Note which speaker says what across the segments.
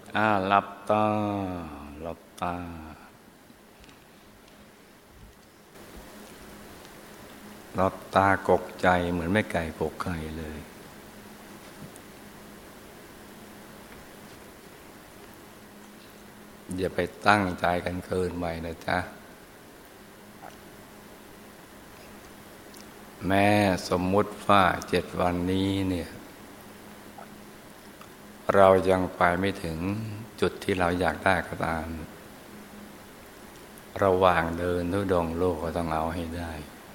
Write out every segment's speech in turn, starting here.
Speaker 1: หลับตาหลับตาหลับตากกใจเหมือนแม่ไก่กกไข่เลยอย่าไปตั้งใจกันเกินไปนะจ๊ะแม้สมมุติว่า7 วันนี้เนี่ยเรายังไปไม่ถึงจุดที่เราอยากได้ก็ตามระหว่างเดินทุดงค์โลกก็ต้องเอาให้ได้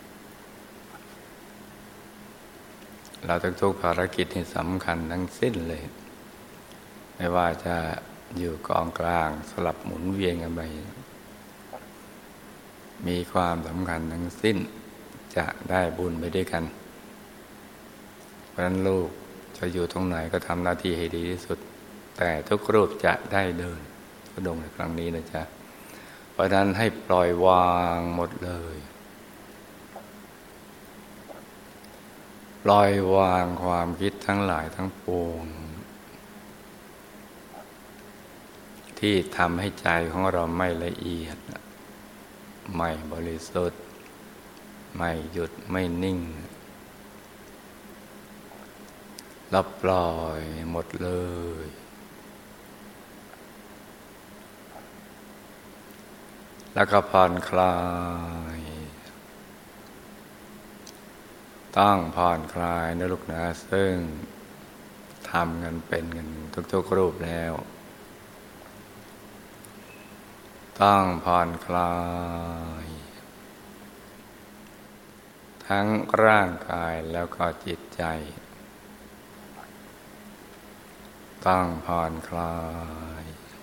Speaker 1: เราทุกภารกิจที่สำคัญทั้งสิ้นเลยไม่ว่าจะอยู่กองกลางสลับหมุนเวียนกันไปมีความสำคัญทั้งสิ้นจะได้บุญไปด้วยกันเพราะฉะนั้นลูกจะอยู่ตรงไหนก็ทำหน้าที่ให้ดีที่สุดแต่ทุกรูปจะได้เดินทุดงค์ในครั้งนี้นะจ๊ะเพราะฉะนั้นให้ปล่อยวางหมดเลยปล่อยวางความคิดทั้งหลายทั้งปวงที่ทำให้ใจของเราไม่ละเอียดไม่บริสุทธิ์ไม่หยุดไม่นิ่งเราปล่อยหมดเลยแล้วก็ผ่อนคลายต้องผ่อนคลายนะลูกนะซึ่งทำกันเป็นกันทุกๆรูปแล้วต้องผ่อนคลายทั้งร่างกายแล้วก็จิตใจต้องผ่อนคลาย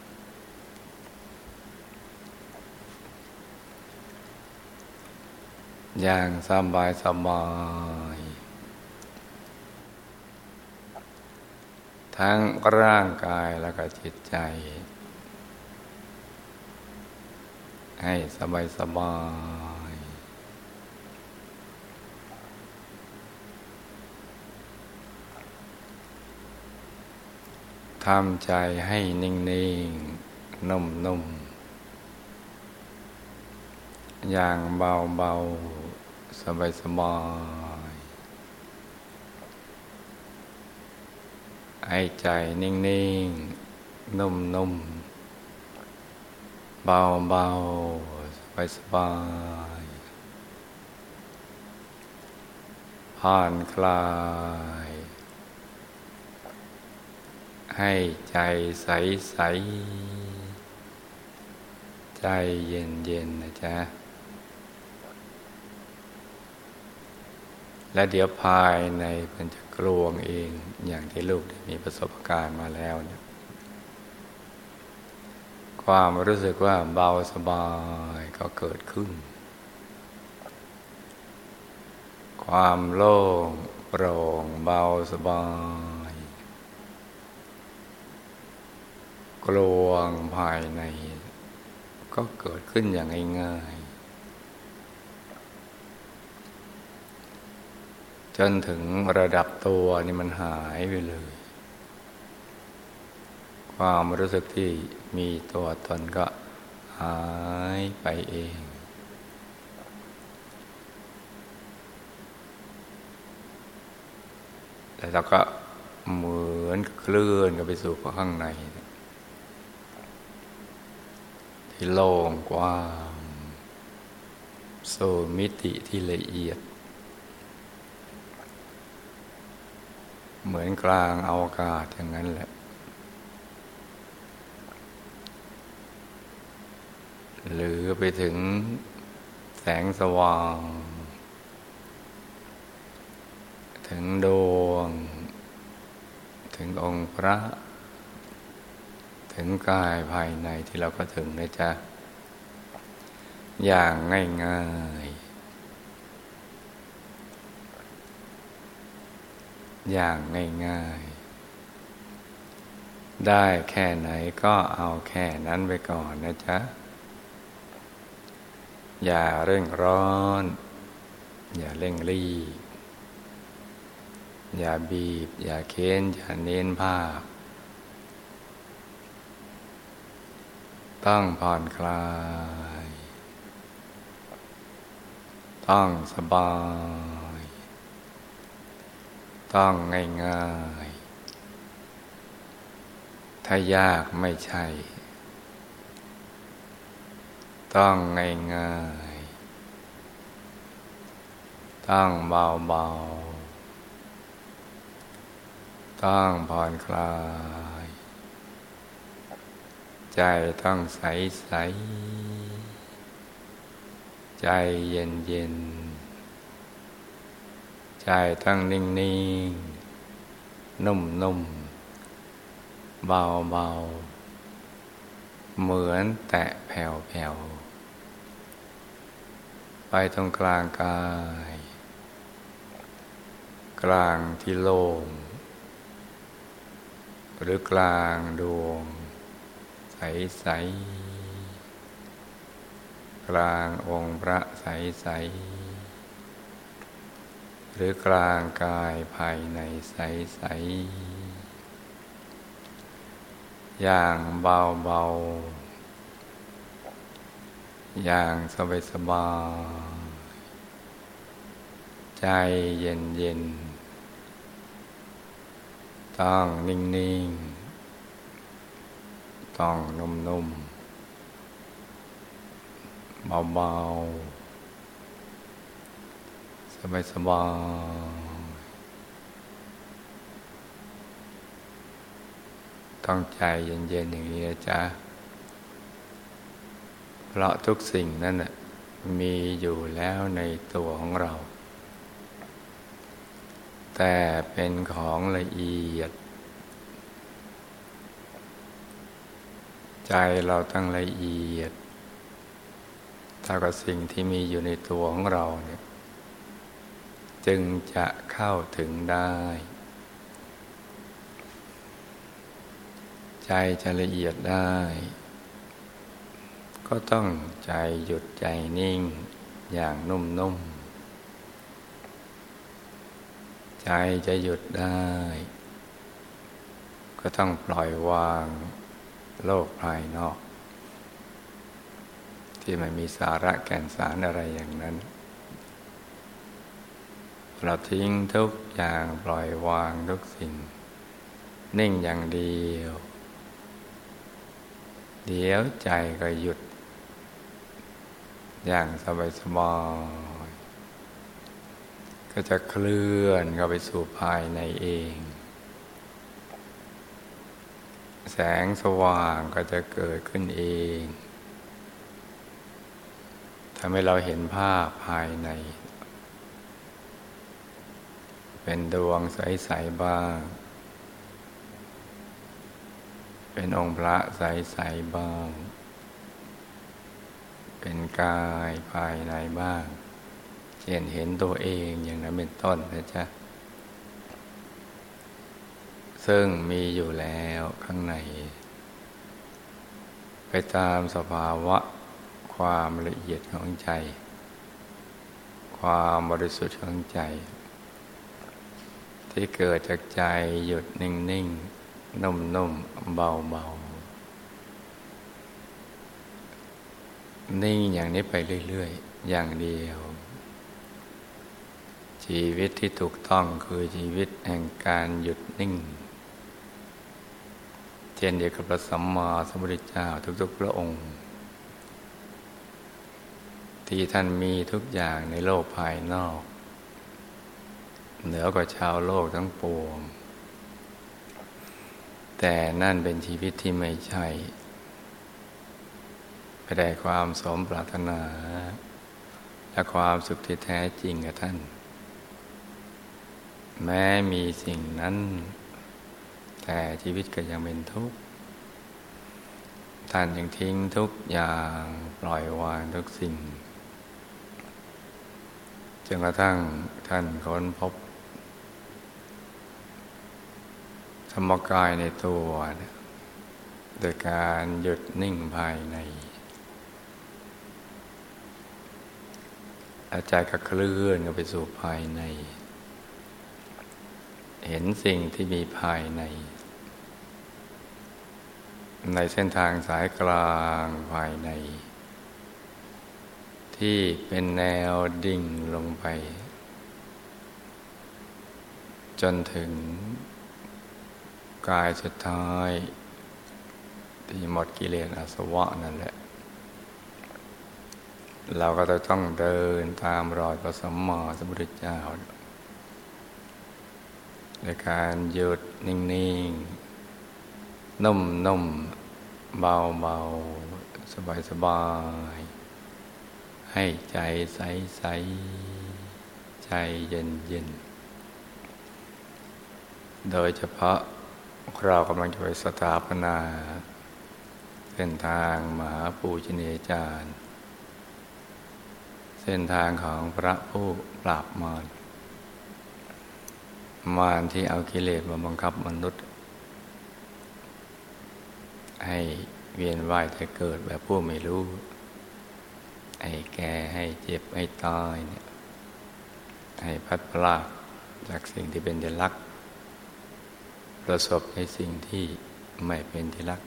Speaker 1: อย่างสบายสบายทั้งร่างกายแล้วก็จิตใจให้สบายสบายทำใจให้นิ่งๆนุ่มๆอย่างเบาๆสบายๆให้ใจนิ่งๆนุ่มๆเบาๆสบายๆผ่อนคลายให้ใจใสๆใจเย็นๆนะจ๊ะและเดี๋ยวภายในมันจะกลวงเองอย่างที่ลูกได้มีประสบการณ์มาแล้วเนี่ยความรู้สึกว่าเบาสบายก็เกิดขึ้นความโล่งโปร่งเบาสบายกลวงภายในก็เกิดขึ้นอย่างง่ายๆจนถึงระดับตัวนี่มันหายไปเลยความรู้สึกที่มีตัวตนก็หายไปเองแต่เราก็เหมือนเคลื่อนกันไปสู่ข้างในที่โล่งกว้างสู่มิติที่ละเอียดเหมือนกลางอวกาศอย่างนั้นแหละหรือไปถึงแสงสว่างถึงดวงถึงองค์พระถึงกายภายในที่เราก็ถึงนะจ๊ะอย่างง่ายๆอย่างง่ายๆได้แค่ไหนก็เอาแค่นั้นไปก่อนนะจ๊ะอย่าเร่งร้อนอย่าเร่งรีบอย่าบีบอย่าเค้นอย่าเน้นภาพต้องผ่อนคลาย ต้องสบาย ต้องง่ายๆถ้ายากไม่ใช่ ต้องง่ายๆต้องเบาๆต้องผ่อนคลาย ใจต้องใสๆใจเย็นๆใจต้องนิ่งๆนุ่มๆเบาๆเหมือนแตะแผ่วๆไปตรงกลางกายกลางที่โล่งหรือกลางดวงใสๆกลางองค์พระใสๆหรือกลางกายภายในใสๆอย่างเบาๆอย่างสบายๆใจเย็นๆต้องนิ่งๆต้องนุ่มๆเบาๆสบายๆต้องใจเย็นๆอย่างนี้นะจ๊ะเพราะทุกสิ่งนั้นน่ะมีอยู่แล้วในตัวของเราแต่เป็นของละเอียดใจเราตั้งละเอียดเท่ากับสิ่งที่มีอยู่ในตัวของเราเนี่ยจึงจะเข้าถึงได้ใจจะละเอียดได้ก็ต้องใจหยุดใจนิ่งอย่างนุ่มๆใจจะหยุดได้ก็ต้องปล่อยวางโลกภายนอกที่ไม่มีสาระแก่นสารอะไรอย่างนั้นเราทิ้งทุกอย่างปล่อยวางทุกสิ่งนิ่งอย่างเดียวเดี๋ยวใจก็หยุดอย่างสบายๆก็จะเคลื่อนเข้าไปสู่ภายในเองแสงสว่างก็จะเกิดขึ้นเองทำให้เราเห็นภาพภายในเป็นดวงใสๆบ้างเป็นองค์พระใสๆบ้างเป็นกายภายในบ้างเช่นเห็นตัวเองอย่างนั้นเป็นต้นนะจ๊ะซึ่งมีอยู่แล้วข้างในไปตามสภาวะความละเอียดของใจความบริสุทธิ์ของใจที่เกิดจากใจหยุดนิ่งๆนุ่มๆเบาๆนิ่งอย่างนี้ไปเรื่อยๆอย่างเดียวชีวิตที่ถูกต้องคือชีวิตแห่งการหยุดนิ่งเช่นเดียวกับพระสัมมาสัมพุทธเจ้าทุกๆพระองค์ที่ท่านมีทุกอย่างในโลกภายนอกเหนือกว่าชาวโลกทั้งปวงแต่นั่นเป็นชีวิตที่ไม่ใช่ไม่ได้ความสมปรารถนาและความสุขที่แท้จริงกับท่านแม้มีสิ่งนั้นแต่ชีวิตก็ยังเป็นทุกข์ท่านยังทิ้งทุกอย่างปล่อยวางทุกสิ่งจนกระทั่งท่านค้นพบธรรมกายในตัวโดยการหยุดนิ่งภายในใจก็เคลื่อนไปสู่ภายในเห็นสิ่งที่มีภายในในเส้นทางสายกลางภายในที่เป็นแนวดิ่งลงไปจนถึงกายสุดท้ายที่หมดกิเลสอาสวะนั่นแหละเราก็จะต้องเดินตามรอยพระสัมมาสัมพุทธเจ้าในการหยุดนิ่งๆนุ่มๆเบาๆสบายๆให้ใจใสๆใจเย็นๆโดยเฉพาะเรากำลังจะไปสถาปนาเส้นทางมหาปูชนียาจารย์เส้นทางของพระผู้ปราบมารที่เอากิเลสมาบังคับมนุษย์ให้เวียนว่ายแต่เกิดแบบผู้ไม่รู้ให้แก่ให้เจ็บให้ตายเนี่ยให้พัดพลาดจากสิ่งที่เป็นที่รักประสบในสิ่งที่ไม่เป็นที่รัก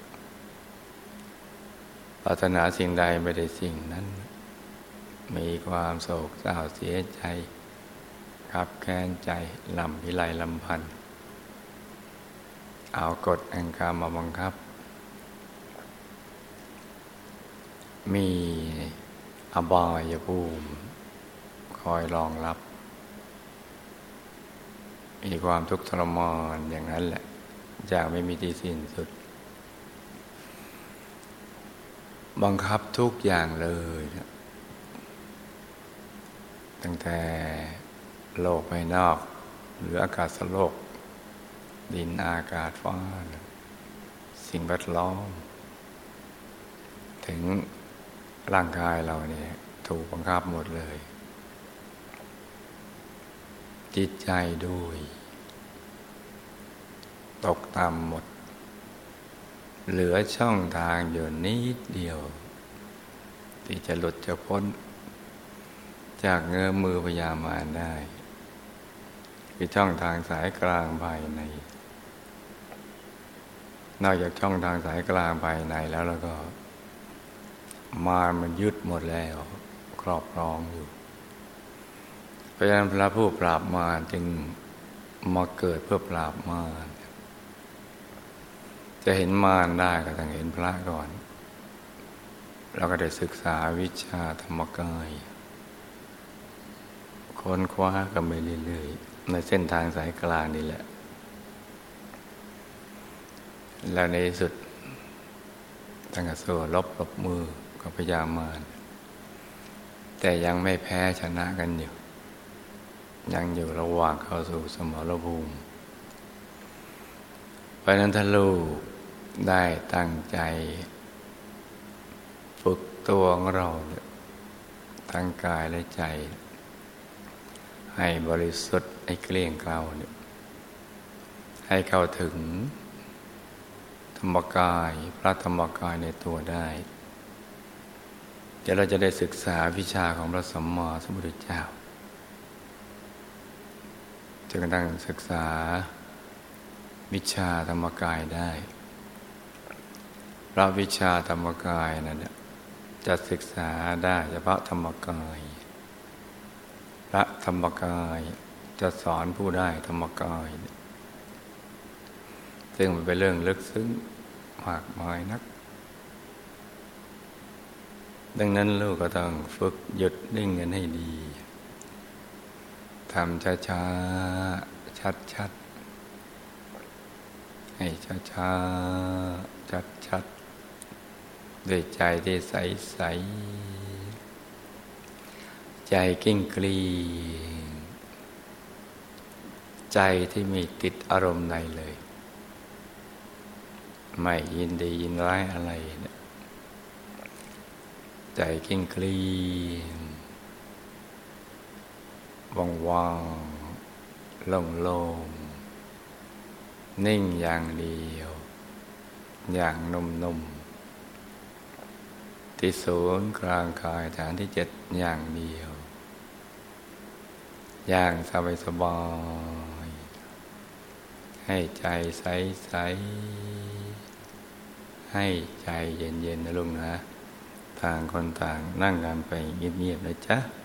Speaker 1: ปรารถนาสิ่งใดไม่ได้สิ่งนั้นมีความโศกเศร้าเสียใจขับแค้นใจลำพิไรลำพันธ์เอากฎแห่งกรรมมาบังคับมีอบายภูมิคอยรองรับมีความทุกข์ทรมานอย่างนั้นแหละจากไม่มีที่สิ้นสุดบังคับทุกอย่างเลยตั้งแต่โลกภายนอกหรืออากาศโลกดินอากาศฟ้าสิ่งแวดล้อมถึงร่างกายเราเนี่ยถูกบังคับหมดเลยจิตใจด้วยตกต่ำหมดเหลือช่องทางอยู่นิดเดียวที่จะหลุดจะพ้นจากเงื้อมือพยามารได้คือช่องทางสายกลางภายในนอกจากช่องทางสายกลางภายในแล้วก็มารมันยึดหมดแล้วครอบครองอยู่เพราะฉะนั้นพระผู้ปราบมารจึงมาเกิดเพื่อปราบมารจะเห็นมารได้ก็ต้องเห็นพระก่อนแล้วก็ได้ศึกษาวิชาธรรมกายค้นคว้ากันไปเรื่อยๆในเส้นทางสายกลางนี่แหละแล้วในที่สุดตั้งแต่สู้รบมือกับพญามารแต่ยังไม่แพ้ชนะกันอยู่ยังอยู่ระหว่างเข้าสู่สมรภูมิเพราะนั้นถ้าลูกได้ตั้งใจฝึกตัวของเราทั้งกายและใจให้บริสุทธิ์ให้เกลี้ยงเกลาให้เข้าถึงธรรมกายพระธรรมกายในตัวได้เราจะได้ศึกษาวิชาของพระสัมมาสัมพุทธเจ้าจนกระทั่งศึกษาวิชาธรรมกายได้พระวิชาธรรมกายนั้นจะศึกษาได้เฉพาะธรรมกายพระธรรมกายจะสอนผู้ได้ธรรมกายซึ่งมันเป็นเรื่องลึกซึ้งมากมายนักดังนั้นลูกก็ต้องฝึกหยุดนิ่งกันให้ดีทำช้าๆชัดๆให้ช้าๆชัดๆด้วยใจที่ใสๆใจกิ้งกลีใจที่มีติดอารมณ์ใดเลยไม่ยินดียินร้ายอะไรเนี่ยใจกิ้งกลีว่างๆโล่งๆนิ่งอย่างเดียวอย่างนุ่มๆที่ศูนย์กลางกายฐานที่ 7อย่างเดียวอย่างสบายๆให้ใจใสๆให้ใจเย็นๆนะลุงนะต่างคนต่างนั่งกันไปเงียบๆนะจ๊ะ